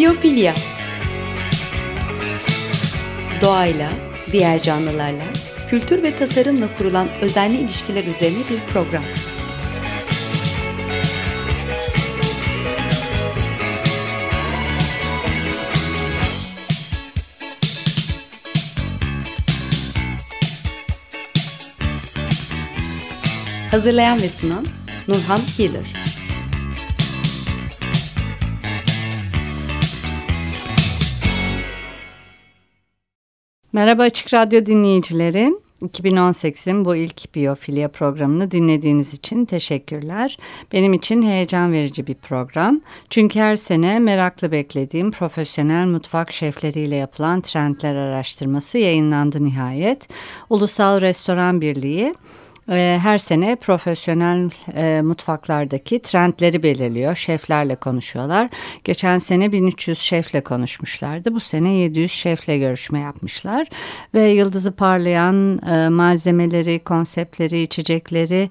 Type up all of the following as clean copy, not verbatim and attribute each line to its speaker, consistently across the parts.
Speaker 1: Biyofilya. Doğayla, diğer canlılarla, kültür ve tasarımla kurulan özenli ilişkiler üzerine bir program. Hazırlayan ve sunan Nurhan Healer.
Speaker 2: Merhaba Açık Radyo dinleyicileri. 2018'in bu ilk biyofilya programını dinlediğiniz için teşekkürler. Benim için heyecan verici bir program. Çünkü her sene merakla beklediğim profesyonel mutfak şefleriyle yapılan trendler araştırması yayınlandı nihayet. Ulusal Restoran Birliği her sene profesyonel mutfaklardaki trendleri belirliyor. Şeflerle konuşuyorlar. Geçen sene 1300 şefle konuşmuşlardı. Bu sene 700 şefle görüşme yapmışlar. Ve yıldızı parlayan malzemeleri, konseptleri, içecekleri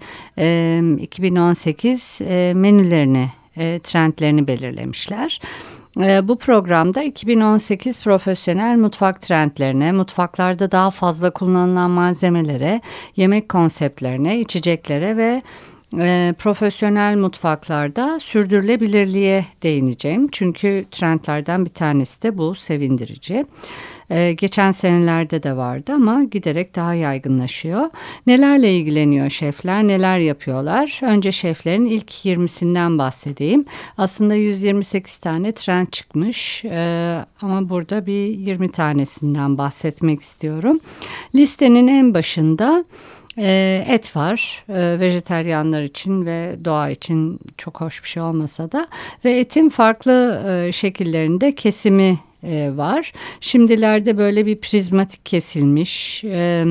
Speaker 2: 2018 menülerini, trendlerini belirlemişler. Bu programda 2018 profesyonel mutfak trendlerine, mutfaklarda daha fazla kullanılan malzemelere, yemek konseptlerine, içeceklere ve profesyonel mutfaklarda sürdürülebilirliğe değineceğim. Çünkü trendlerden bir tanesi de bu, sevindirici. Geçen senelerde de vardı ama giderek daha yaygınlaşıyor. Nelerle ilgileniyor şefler, neler yapıyorlar? Önce şeflerin ilk 20'sinden bahsedeyim. Aslında 128 tane trend çıkmış ama burada bir 20 tanesinden bahsetmek istiyorum. Listenin en başında et var, vejetaryenler için ve doğa için çok hoş bir şey olmasa da, ve etin farklı şekillerinde kesimi var. Şimdilerde böyle bir prizmatik kesilmiş,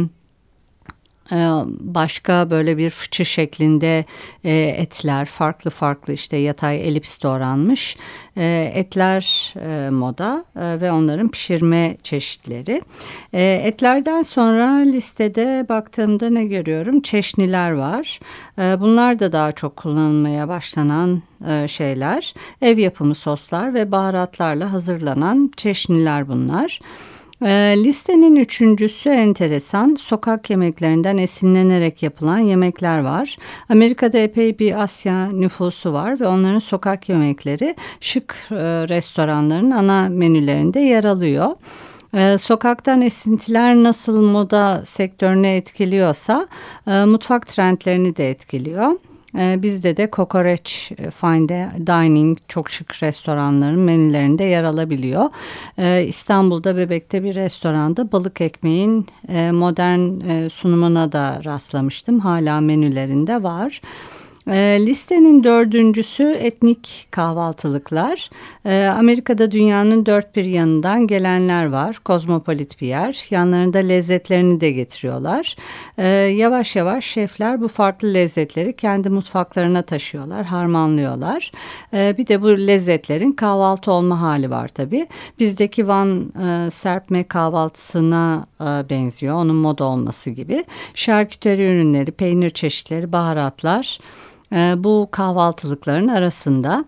Speaker 2: başka böyle bir fıçı şeklinde etler, farklı işte yatay, elips doğranmış etler moda ve onların pişirme çeşitleri. Etlerden sonra listede baktığımda ne görüyorum? Çeşniler var. Bunlar da daha çok kullanılmaya başlanan şeyler. Ev yapımı soslar ve baharatlarla hazırlanan çeşniler bunlar. Listenin üçüncüsü enteresan. Sokak yemeklerinden esinlenerek yapılan yemekler var. Amerika'da epey bir Asya nüfusu var ve onların sokak yemekleri şık restoranların ana menülerinde yer alıyor. Sokaktan esintiler nasıl moda sektörünü etkiliyorsa mutfak trendlerini de etkiliyor. Bizde de kokoreç, fine dining, çok şık restoranların menülerinde yer alabiliyor. İstanbul'da Bebek'te bir restoranda balık ekmeğin modern sunumuna da rastlamıştım. Hala menülerinde var. Listenin dördüncüsü etnik kahvaltılıklar. Amerika'da dünyanın dört bir yanından gelenler var. Kozmopolit bir yer. Yanlarında lezzetlerini de getiriyorlar. Yavaş yavaş şefler bu farklı lezzetleri kendi mutfaklarına taşıyorlar, harmanlıyorlar. Bir de bu lezzetlerin kahvaltı olma hali var tabii. Bizdeki Van serpme kahvaltısına benziyor. Onun moda olması gibi. Şarküteri ürünleri, peynir çeşitleri, baharatlar bu kahvaltılıkların arasında.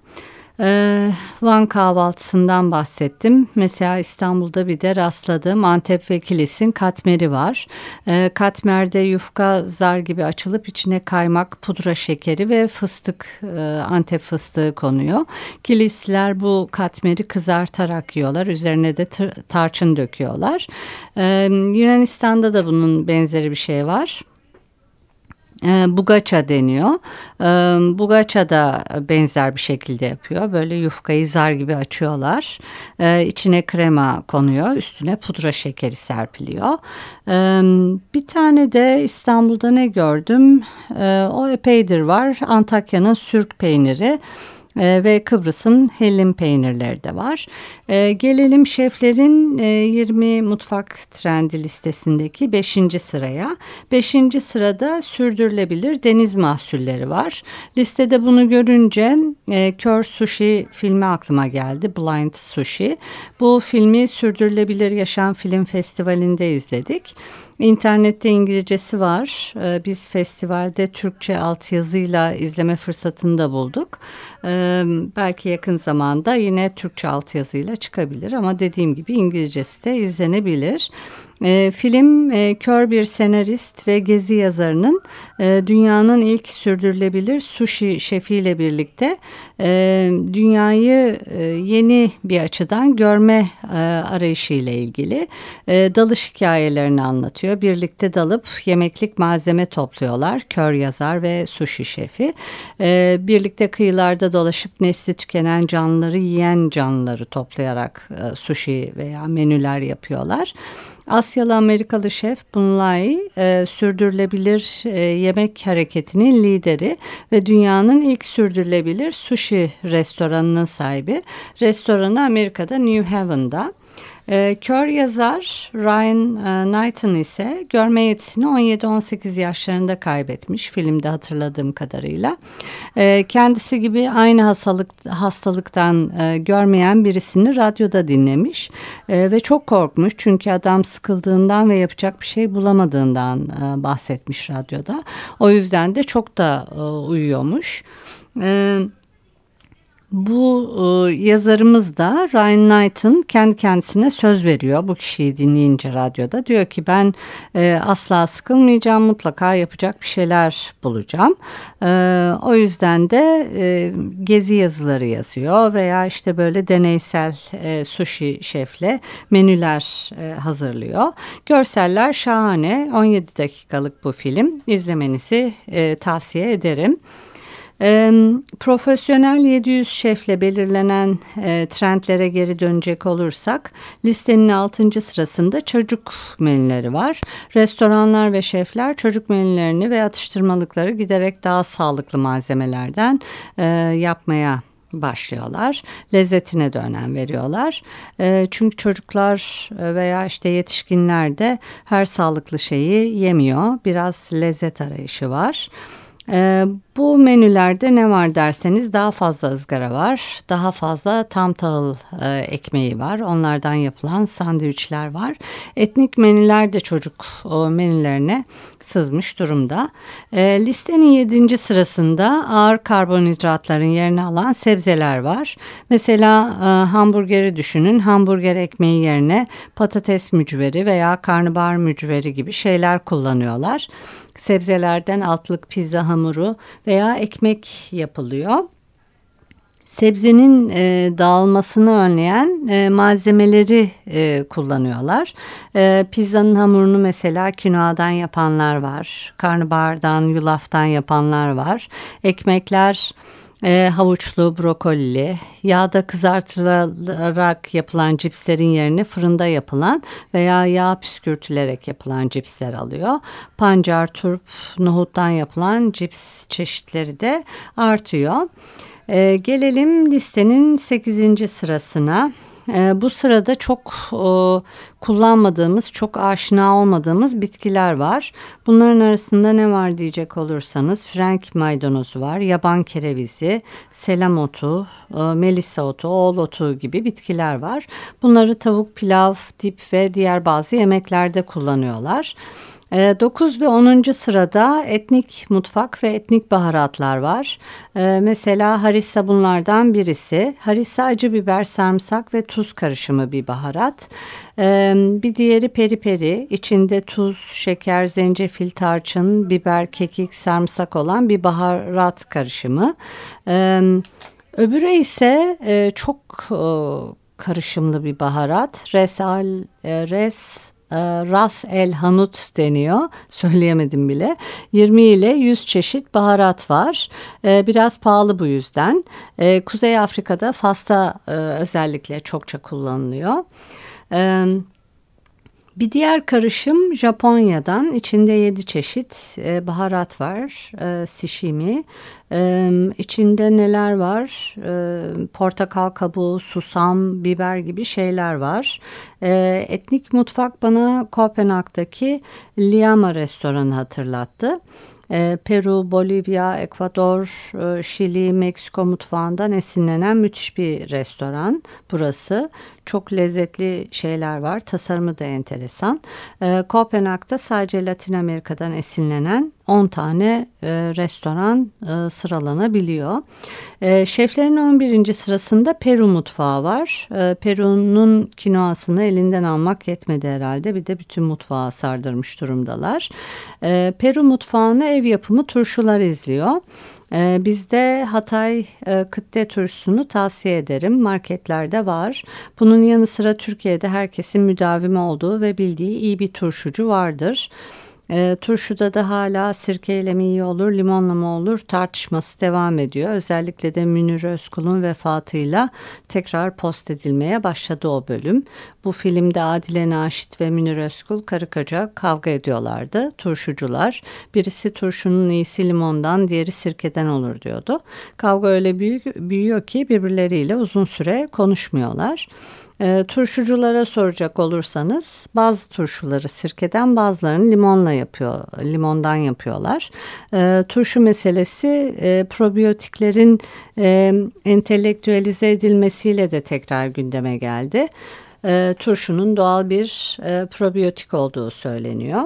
Speaker 2: Van kahvaltısından bahsettim. Mesela İstanbul'da bir de rastladığım Antep ve Kilis'in katmeri var. Katmerde yufka zar gibi açılıp içine kaymak, pudra şekeri ve fıstık, Antep fıstığı konuyor. Kilisliler bu katmeri kızartarak yiyorlar. Üzerine de tarçın döküyorlar. Yunanistan'da da bunun benzeri bir şey var. Bugaça deniyor. Bugaça da benzer bir şekilde yapıyor. Böyle yufkayı zar gibi açıyorlar. İçine krema konuyor. Üstüne pudra şekeri serpiliyor. Bir tane de İstanbul'da ne gördüm? O epeydir var. Antakya'nın sürk peyniri. Ve Kıbrıs'ın hellim peynirleri de var. Gelelim şeflerin 20 mutfak trendi listesindeki 5. sıraya. 5. sırada sürdürülebilir deniz mahsulleri var. Listede bunu görünce Kör Sushi filmi aklıma geldi. Blind Sushi. Bu filmi Sürdürülebilir Yaşam Film Festivali'nde izledik. İnternette İngilizcesi var. Biz festivalde Türkçe altyazıyla izleme fırsatını da bulduk. Belki yakın zamanda yine Türkçe altyazıyla çıkabilir ama dediğim gibi İngilizcesi de izlenebilir. Film kör bir senarist ve gezi yazarının dünyanın ilk sürdürülebilir sushi şefiyle birlikte dünyayı yeni bir açıdan görme arayışıyla ilgili dalış hikayelerini anlatıyor. Birlikte dalıp yemeklik malzeme topluyorlar. Kör yazar ve sushi şefi. Birlikte kıyılarda dolaşıp nesli tükenen canlıları yiyen canlıları toplayarak sushi veya menüler yapıyorlar. Asyalı Amerikalı şef Bun Lai sürdürülebilir yemek hareketinin lideri ve dünyanın ilk sürdürülebilir sushi restoranının sahibi. Restoranı Amerika'da New Haven'da. Kör yazar Ryan Knighton ise görme yetisini 17-18 yaşlarında kaybetmiş filmde hatırladığım kadarıyla. Kendisi gibi aynı hastalıktan görmeyen birisini radyoda dinlemiş ve çok korkmuş çünkü adam sıkıldığından ve yapacak bir şey bulamadığından bahsetmiş radyoda. O yüzden de çok da uyuyormuş. Bu yazarımız da Ryan Knighton kendi kendisine söz veriyor bu kişiyi dinleyince radyoda. Diyor ki ben asla sıkılmayacağım, mutlaka yapacak bir şeyler bulacağım. O yüzden de gezi yazıları yazıyor veya işte böyle deneysel sushi şefle menüler hazırlıyor. Görseller şahane. 17 dakikalık bu film. İzlemenizi tavsiye ederim. Profesyonel 700 şefle belirlenen trendlere geri dönecek olursak listenin 6. sırasında çocuk menüleri var. Restoranlar ve şefler çocuk menülerini ve atıştırmalıkları giderek daha sağlıklı malzemelerden yapmaya başlıyorlar. Lezzetine de önem veriyorlar. Çünkü çocuklar veya işte yetişkinler de her sağlıklı şeyi yemiyor. Biraz lezzet arayışı var. Bu menülerde ne var derseniz daha fazla ızgara var, daha fazla tam tahıl ekmeği var, onlardan yapılan sandviçler var. Etnik menüler de çocuk menülerine sızmış durumda. Listenin 7. sırasında ağır karbonhidratların yerini alan sebzeler var. Mesela hamburgeri düşünün, hamburger ekmeği yerine patates mücveri veya karnabahar mücveri gibi şeyler kullanıyorlar. Sebzelerden altlık pizza hamuru veya ekmek yapılıyor. Sebzenin dağılmasını önleyen malzemeleri kullanıyorlar. Pizzanın hamurunu mesela kinoadan yapanlar var. Karnabahardan, yulaftan yapanlar var. Ekmekler havuçlu, brokolili, yağda kızartılarak yapılan cipslerin yerine fırında yapılan veya yağ püskürtülerek yapılan cipsler alıyor. Pancar, turp, nohuttan yapılan cips çeşitleri de artıyor. Gelelim listenin 8. sırasına. Bu sırada çok kullanmadığımız, çok aşina olmadığımız bitkiler var. Bunların arasında ne var diyecek olursanız Frank maydanozu var, yaban kerevizi, selam otu, melisa otu, oğul otu gibi bitkiler var. Bunları tavuk, pilav, dip ve diğer bazı yemeklerde kullanıyorlar. 9 ve 10. sırada etnik mutfak ve etnik baharatlar var. Mesela harissa bunlardan birisi. Harissa acı biber, sarımsak ve tuz karışımı bir baharat. Bir diğeri peri peri. İçinde tuz, şeker, zencefil, tarçın, biber, kekik, sarımsak olan bir baharat karışımı. Öbürü ise çok karışımlı bir baharat. Ras el Hanut deniyor. Söyleyemedim bile. 20 ile 100 çeşit baharat var. Biraz pahalı bu yüzden. Kuzey Afrika'da Fas'ta özellikle çokça kullanılıyor. Bir diğer karışım Japonya'dan. İçinde 7 çeşit baharat var. Sashimi. İçinde neler var? Portakal kabuğu, susam, biber gibi şeyler var. Etnik mutfak bana Kopenhag'daki Liama restoranı hatırlattı. Peru, Bolivya, Ekvador, Şili, Meksiko mutfağından esinlenen müthiş bir restoran burası. çok lezzetli şeyler var. Tasarımı da enteresan. Kopenhag'da sadece Latin Amerika'dan esinlenen 10 tane restoran sıralanabiliyor. Şeflerin 11. sırasında Peru mutfağı var. Peru'nun kinoasını elinden almak yetmedi herhalde. Bir de bütün mutfağı sardırmış durumdalar. Peru mutfağını ev yapımı turşular izliyor. Bizde Hatay kıtte turşusunu tavsiye ederim. Marketlerde var. Bunun yanı sıra Türkiye'de herkesin müdavimi olduğu ve bildiği iyi bir turşucu vardır. Turşuda da hala sirkeyle mi iyi olur, limonla mı olur tartışması devam ediyor. Özellikle de Münir Özkul'un vefatıyla tekrar post edilmeye başladı o bölüm. Bu filmde Adile Naşit ve Münir Özkul karı koca kavga ediyorlardı. Turşucular, birisi turşunun iyisi limondan, diğeri sirkeden olur diyordu. Kavga öyle büyüyor ki birbirleriyle uzun süre konuşmuyorlar. Turşuculara soracak olursanız bazı turşuları sirkeden, bazılarını limondan yapıyorlar. Turşu meselesi probiyotiklerin entelektüelize edilmesiyle de tekrar gündeme geldi. Turşunun doğal bir probiyotik olduğu söyleniyor.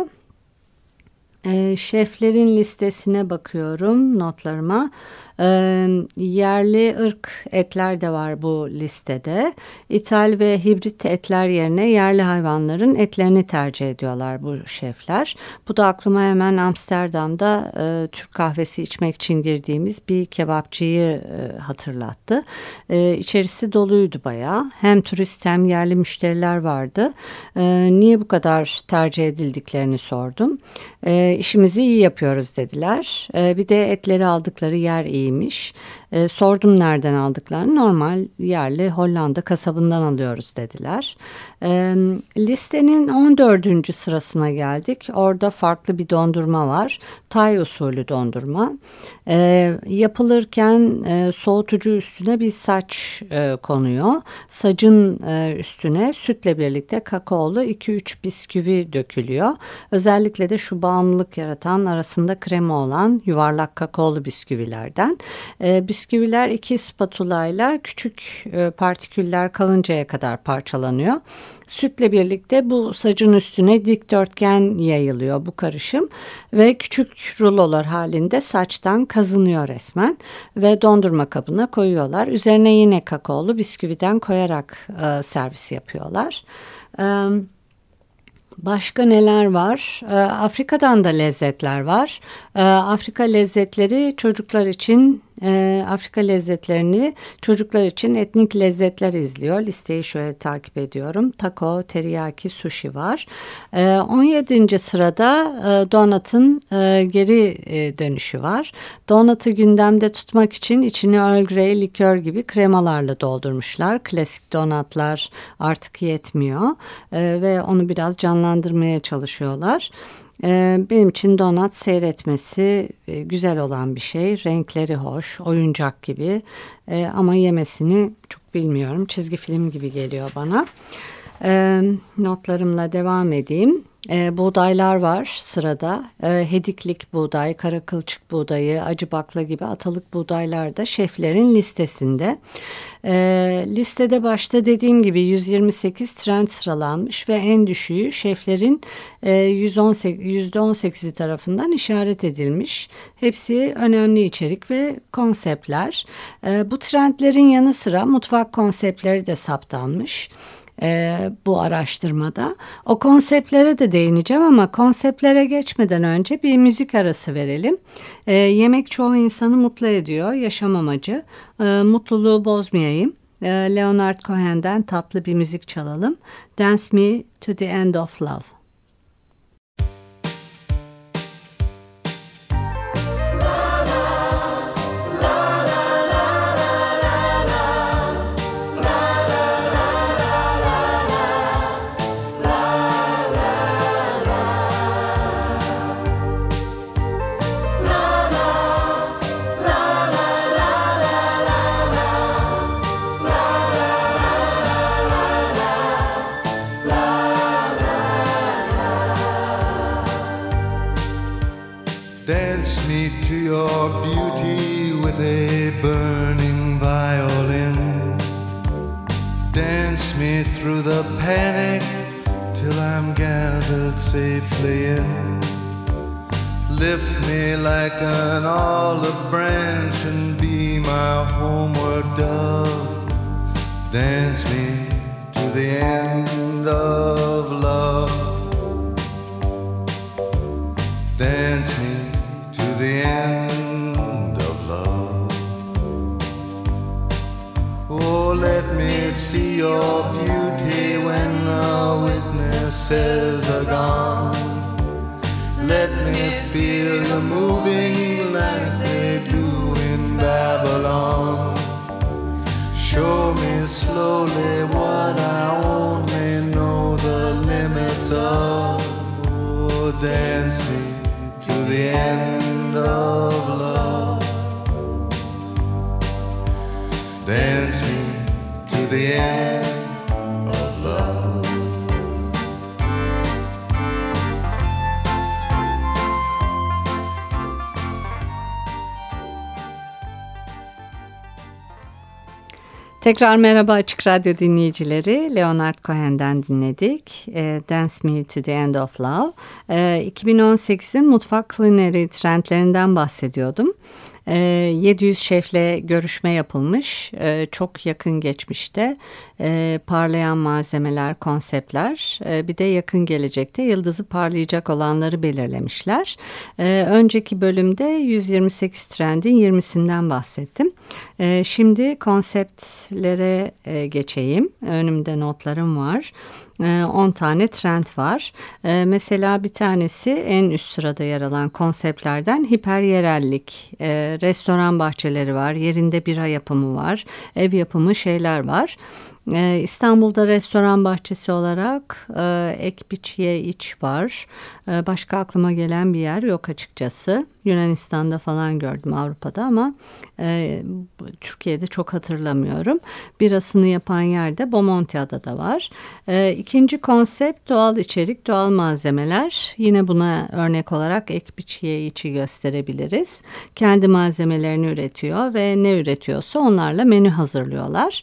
Speaker 2: Şeflerin listesine bakıyorum notlarıma. Yerli ırk etler de var bu listede. İthal ve hibrit etler yerine yerli hayvanların etlerini tercih ediyorlar bu şefler. Bu da aklıma hemen Amsterdam'da Türk kahvesi içmek için girdiğimiz bir kebapçıyı hatırlattı. İçerisi doluydu bayağı. Hem turist hem yerli müşteriler vardı. Niye bu kadar tercih edildiklerini sordum. İşimizi iyi yapıyoruz dediler. Bir de etleri aldıkları yer iyiymiş. Sordum nereden aldıklarını. Normal yerli Hollanda kasabından alıyoruz dediler. Listenin 14. sırasına geldik. Orada farklı bir dondurma var. Tay usulü dondurma. Yapılırken soğutucu üstüne bir saç konuyor. Sacın üstüne sütle birlikte kakaolu 2-3 bisküvi dökülüyor. Özellikle de şu bağımlılık yaratan, arasında krema olan yuvarlak kakaolu bisküvilerden. Bisküviler 2 spatulayla küçük partiküller kalıncaya kadar parçalanıyor. Sütle birlikte bu sacın üstüne dikdörtgen yayılıyor bu karışım ve küçük rulolar halinde saçtan kazınıyor resmen ve dondurma kabına koyuyorlar. Üzerine yine kakaolu bisküviden koyarak servis yapıyorlar. Başka neler var? Afrika'dan da lezzetler var. Afrika lezzetlerini çocuklar için etnik lezzetler izliyor. Listeyi şöyle takip ediyorum. Taco, teriyaki, sushi var. 17. sırada donut'ın geri dönüşü var. Donut'ı gündemde tutmak için içini Earl Grey likör gibi kremalarla doldurmuşlar. Klasik donutlar artık yetmiyor ve onu biraz canlandırmaya çalışıyorlar. Benim için donut seyretmesi güzel olan bir şey. Renkleri hoş, oyuncak gibi ama yemesini çok bilmiyorum. Çizgi film gibi geliyor bana. Notlarımla devam edeyim. Buğdaylar var sırada. Hediklik buğday, kara kılçık buğdayı, acı bakla gibi atalık buğdaylar da şeflerin listesinde. Listede başta dediğim gibi 128 trend sıralanmış ve en düşüğü şeflerin %18'i tarafından işaret edilmiş. Hepsi önemli içerik ve konseptler. Bu trendlerin yanı sıra mutfak konseptleri de saptanmış. Bu araştırmada. O konseptlere de değineceğim ama konseptlere geçmeden önce bir müzik arası verelim. Yemek çoğu insanı mutlu ediyor. Yaşam amacı. Mutluluğu bozmayayım. Leonard Cohen'den tatlı bir müzik çalalım. Dance Me to the End of Love.
Speaker 3: Dance me to your beauty with a burning violin. Dance me through the panic till I'm gathered safely in. Lift me like an olive branch and be my homeward dove. Dance me to the end of love. Dance me to the end of love. Oh, let me see your beauty when the witnesses are gone. Let me feel you moving like they do in Babylon. Show me slowly what I only know the limits of. Oh, dance me to the end of love. Dance me to the end of love.
Speaker 2: Tekrar merhaba Açık Radyo dinleyicileri. Leonard Cohen'den dinledik. Dance Me to the End of Love. 2018'in mutfak culinary trendlerinden bahsediyordum. 700 şefle görüşme yapılmış. Çok yakın geçmişte parlayan malzemeler, konseptler, bir de yakın gelecekte yıldızı parlayacak olanları belirlemişler. Önceki bölümde 128 trendin 20'sinden bahsettim. Şimdi konseptlere geçeyim. Önümde notlarım var. 10 tane trend var. Mesela bir tanesi en üst sırada yer alan konseptlerden hiperyerellik. Restoran bahçeleri var, yerinde bira yapımı var, ev yapımı şeyler var. İstanbul'da restoran bahçesi olarak ek biç ye iç var. Başka aklıma gelen bir yer yok açıkçası. Yunanistan'da falan gördüm, Avrupa'da, ama Türkiye'de çok hatırlamıyorum. Birasını yapan yerde Bomontia'da da var. İkinci konsept doğal içerik, doğal malzemeler. Yine buna örnek olarak ek biç ye içi gösterebiliriz. Kendi malzemelerini üretiyor ve ne üretiyorsa onlarla menü hazırlıyorlar.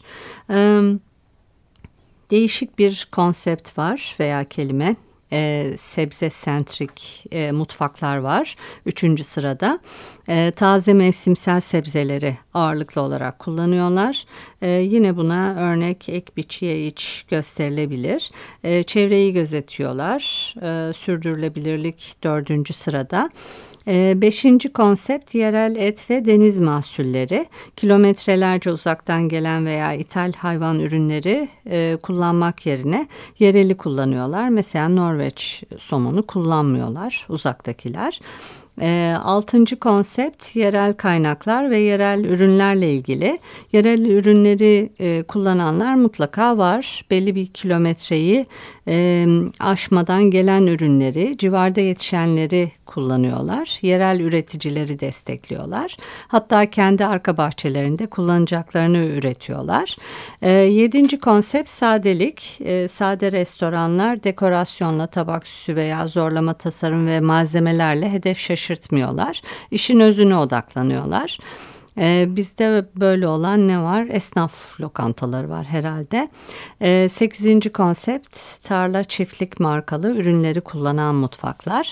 Speaker 2: Değişik bir konsept var veya kelime. Sebze sentrik mutfaklar var 3. sırada. Taze mevsimsel sebzeleri ağırlıklı olarak kullanıyorlar. Yine buna örnek ek biç ye iç gösterilebilir. Çevreyi gözetiyorlar. Sürdürülebilirlik 4. sırada. 5. konsept yerel et ve deniz mahsulleri. Kilometrelerce uzaktan gelen veya ithal hayvan ürünleri kullanmak yerine yereli kullanıyorlar. Mesela Norveç somonu kullanmıyorlar uzaktakiler. 6. konsept yerel kaynaklar ve yerel ürünlerle ilgili. Yerel ürünleri kullananlar mutlaka var. Belli bir kilometreyi aşmadan gelen ürünleri, civarda yetişenleri kullanıyorlar. Yerel üreticileri destekliyorlar. Hatta kendi arka bahçelerinde kullanacaklarını üretiyorlar. 7. konsept sadelik. Sade restoranlar dekorasyonla, tabak süsü veya zorlama tasarım ve malzemelerle hedef şaşırtmıyorlar. İşin özüne odaklanıyorlar. Bizde böyle olan ne var? Esnaf lokantaları var herhalde. 8. konsept tarla çiftlik markalı ürünleri kullanan mutfaklar.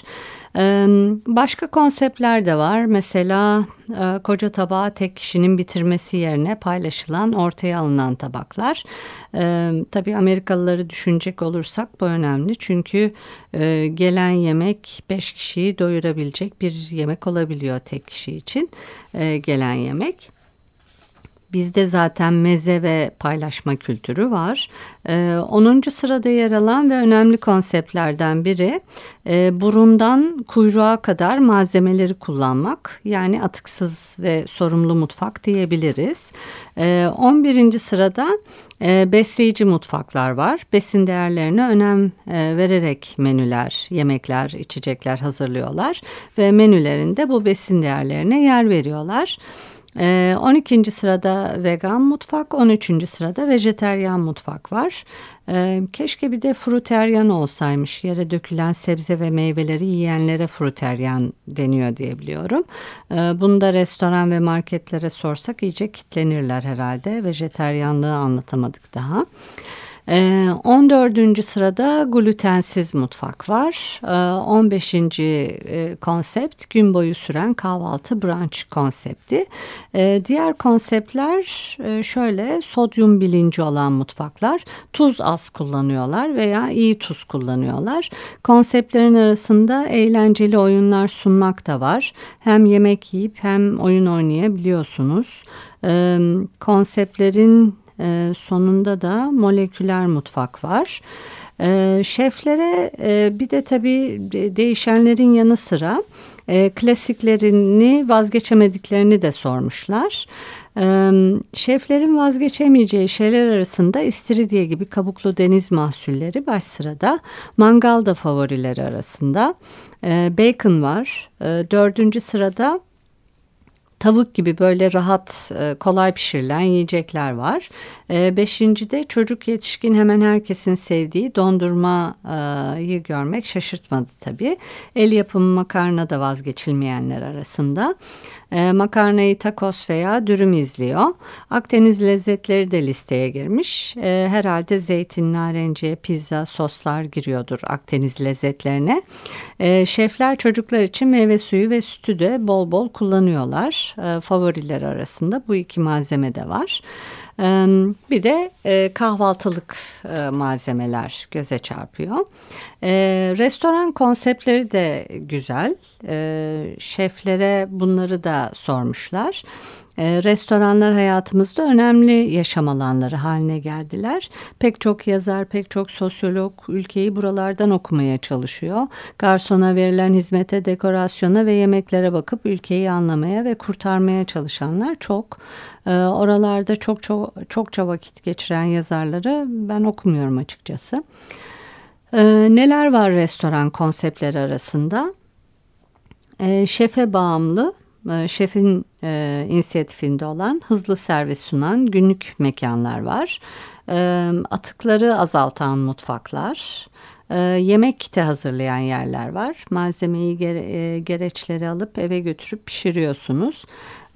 Speaker 2: Başka konseptler de var. Mesela koca tabağı tek kişinin bitirmesi yerine paylaşılan, ortaya alınan tabaklar. Tabii Amerikalıları düşünecek olursak bu önemli. Çünkü gelen yemek 5 kişiyi doyurabilecek bir yemek olabiliyor tek kişi için gelen yemek. Bizde zaten meze ve paylaşma kültürü var. 10. sırada yer alan ve önemli konseptlerden biri burundan kuyruğa kadar malzemeleri kullanmak. Yani atıksız ve sorumlu mutfak diyebiliriz. 11. sırada besleyici mutfaklar var. Besin değerlerine önem vererek menüler, yemekler, içecekler hazırlıyorlar ve menülerinde bu besin değerlerine yer veriyorlar. 12. sırada vegan mutfak, 13. sırada vejeteryan mutfak var. Keşke bir de fruteryan olsaymış. Yere dökülen sebze ve meyveleri yiyenlere fruteryan deniyor diye biliyorum. Bunu da restoran ve marketlere sorsak iyice kitlenirler herhalde. Vejeteryanlığı anlatamadık daha. 14. sırada glutensiz mutfak var. 15. konsept gün boyu süren kahvaltı brunch konsepti. Diğer konseptler şöyle: sodyum bilinci olan mutfaklar, tuz az kullanıyorlar veya iyi tuz kullanıyorlar. Konseptlerin arasında eğlenceli oyunlar sunmak da var. Hem yemek yiyip hem oyun oynayabiliyorsunuz. Konseptlerin sonunda da moleküler mutfak var. Şeflere bir de tabii değişenlerin yanı sıra klasiklerini vazgeçemediklerini de sormuşlar. Şeflerin vazgeçemeyeceği şeyler arasında istiridye gibi kabuklu deniz mahsulleri baş sırada. Mangal da favorileri arasında. Bacon var. 4. sırada tavuk gibi böyle rahat, kolay pişirilen yiyecekler var. 5. de çocuk yetişkin hemen herkesin sevdiği dondurmayı görmek şaşırtmadı tabii. El yapımı makarna da vazgeçilmeyenler arasında. Makarnayı tacos veya dürüm izliyor. Akdeniz lezzetleri de listeye girmiş. Herhalde zeytin, narenciye, pizza, soslar giriyordur Akdeniz lezzetlerine. Şefler çocuklar için meyve suyu ve sütü de bol bol kullanıyorlar. Favoriler arasında bu iki malzeme de var. Bir de kahvaltılık malzemeler göze çarpıyor. Restoran konseptleri de güzel. Şeflere bunları da sormuşlar. Restoranlar hayatımızda önemli yaşam alanları haline geldiler. Pek çok yazar, pek çok sosyolog ülkeyi buralardan okumaya çalışıyor. Garsona verilen hizmete, dekorasyona ve yemeklere bakıp ülkeyi anlamaya ve kurtarmaya çalışanlar çok. Oralarda çokça vakit geçiren yazarları ben okumuyorum açıkçası. Neler var restoran konseptleri arasında? Şefe bağımlı, şefin inisiyatifinde olan hızlı servis sunan günlük mekanlar var. Atıkları azaltan mutfaklar, yemek kiti hazırlayan yerler var. Malzemeyi gereçleri alıp eve götürüp pişiriyorsunuz.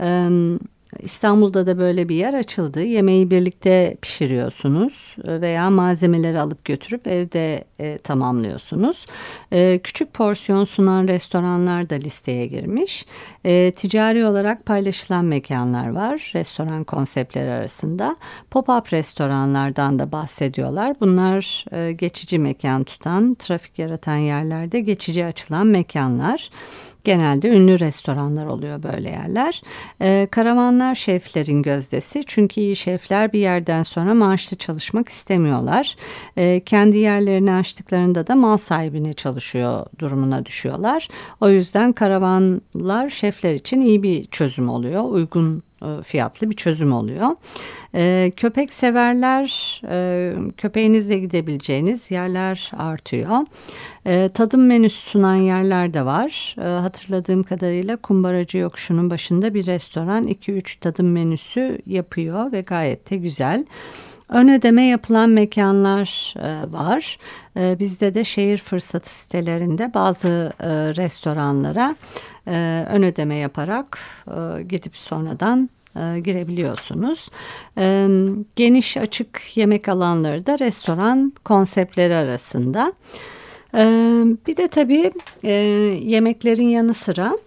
Speaker 2: İstanbul'da da böyle bir yer açıldı. Yemeği birlikte pişiriyorsunuz veya malzemeleri alıp götürüp evde tamamlıyorsunuz. Küçük porsiyon sunan restoranlar da listeye girmiş. Ticari olarak paylaşılan mekanlar var restoran konseptleri arasında. Pop-up restoranlardan da bahsediyorlar. Bunlar geçici mekan tutan, trafik yaratan yerlerde geçici açılan mekanlar. Genelde ünlü restoranlar oluyor böyle yerler. Karavanlar şeflerin gözdesi. Çünkü iyi şefler bir yerden sonra maaşlı çalışmak istemiyorlar. Kendi yerlerini açtıklarında da mal sahibine çalışıyor durumuna düşüyorlar. O yüzden karavanlar şefler için iyi bir çözüm oluyor. Uygun fiyatlı bir çözüm oluyor. Köpek severler, köpeğinizle gidebileceğiniz yerler artıyor. Tadım menüsü sunan yerler de var. Hatırladığım kadarıyla Kumbaracı Yokuşu'nun başında bir restoran 2-3 tadım menüsü yapıyor ve gayet de güzel. Ön ödeme yapılan mekanlar var. Bizde de şehir fırsatı sitelerinde bazı restoranlara ön ödeme yaparak gidip sonradan girebiliyorsunuz. Geniş açık yemek alanları da restoran konseptleri arasında. Bir de tabii yemeklerin yanı sıra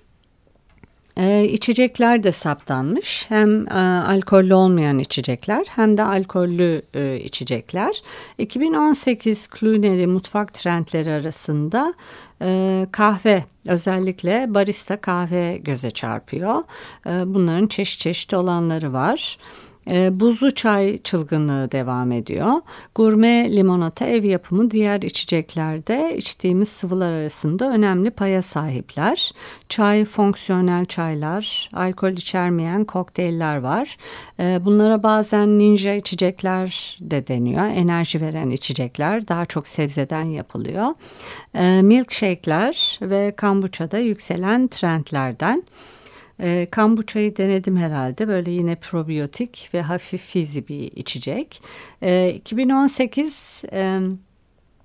Speaker 2: içecekler de saptanmış. Hem alkollü olmayan içecekler hem de alkollü içecekler. 2018 Culinary mutfak trendleri arasında kahve, özellikle barista kahve göze çarpıyor. Bunların çeşit olanları var. Buzlu çay çılgınlığı devam ediyor. Gurme limonata, ev yapımı diğer içeceklerde içtiğimiz sıvılar arasında önemli paya sahipler. Çay, fonksiyonel çaylar, alkol içermeyen kokteyller var. Bunlara bazen ninja içecekler de deniyor. Enerji veren içecekler daha çok sebzeden yapılıyor. Milkshake'ler ve kombuça da yükselen trendlerden. Kombuçayı denedim herhalde. Böyle yine probiyotik ve hafif fizzy bir içecek. 2018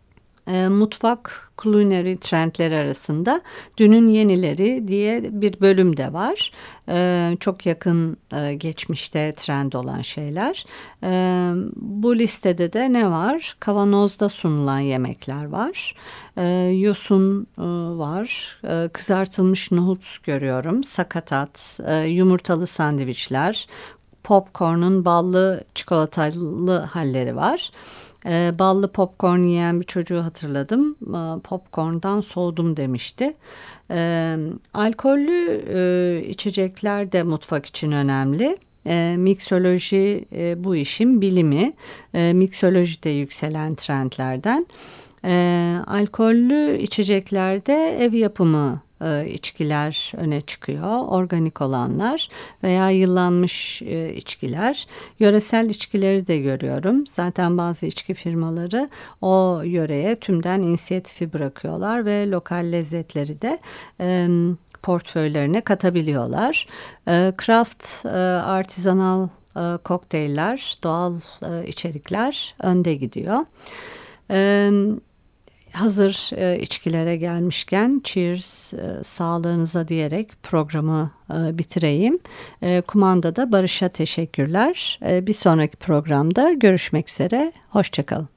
Speaker 2: Mutfak culinary trendleri arasında dünün yenileri diye bir bölüm de var. Çok yakın geçmişte trend olan şeyler. Bu listede de ne var? Kavanozda sunulan yemekler var. Yosun var. Kızartılmış nohut görüyorum. Sakatat, yumurtalı sandviçler, popcorn'un ballı çikolatalı halleri var. Ballı popcorn yiyen bir çocuğu hatırladım. Popcorn'dan soğudum demişti. Alkollü içecekler de mutfak için önemli. Miksoloji bu işin bilimi. Miksoloji de yükselen trendlerden. Alkollü içeceklerde ev yapımı içkiler öne çıkıyor. Organik olanlar veya yıllanmış içkiler. Yöresel içkileri de görüyorum. Zaten bazı içki firmaları o yöreye tümden inisiyatifi bırakıyorlar ve lokal lezzetleri de portföylerine katabiliyorlar. Craft, artizanal kokteyller, doğal içerikler önde gidiyor. Hazır içkilere gelmişken cheers sağlığınıza diyerek programı bitireyim. Kumandada Barış'a teşekkürler. Bir sonraki programda görüşmek üzere. Hoşçakalın.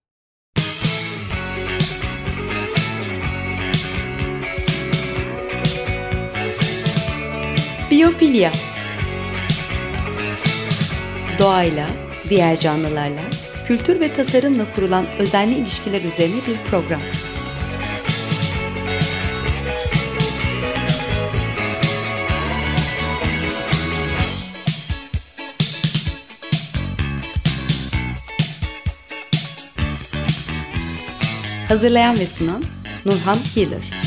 Speaker 1: Biyofilya. Doğayla, diğer canlılarla, kültür ve tasarımla kurulan özenli ilişkiler üzerine bir program. Hazırlayan ve sunan Nurhan Healer.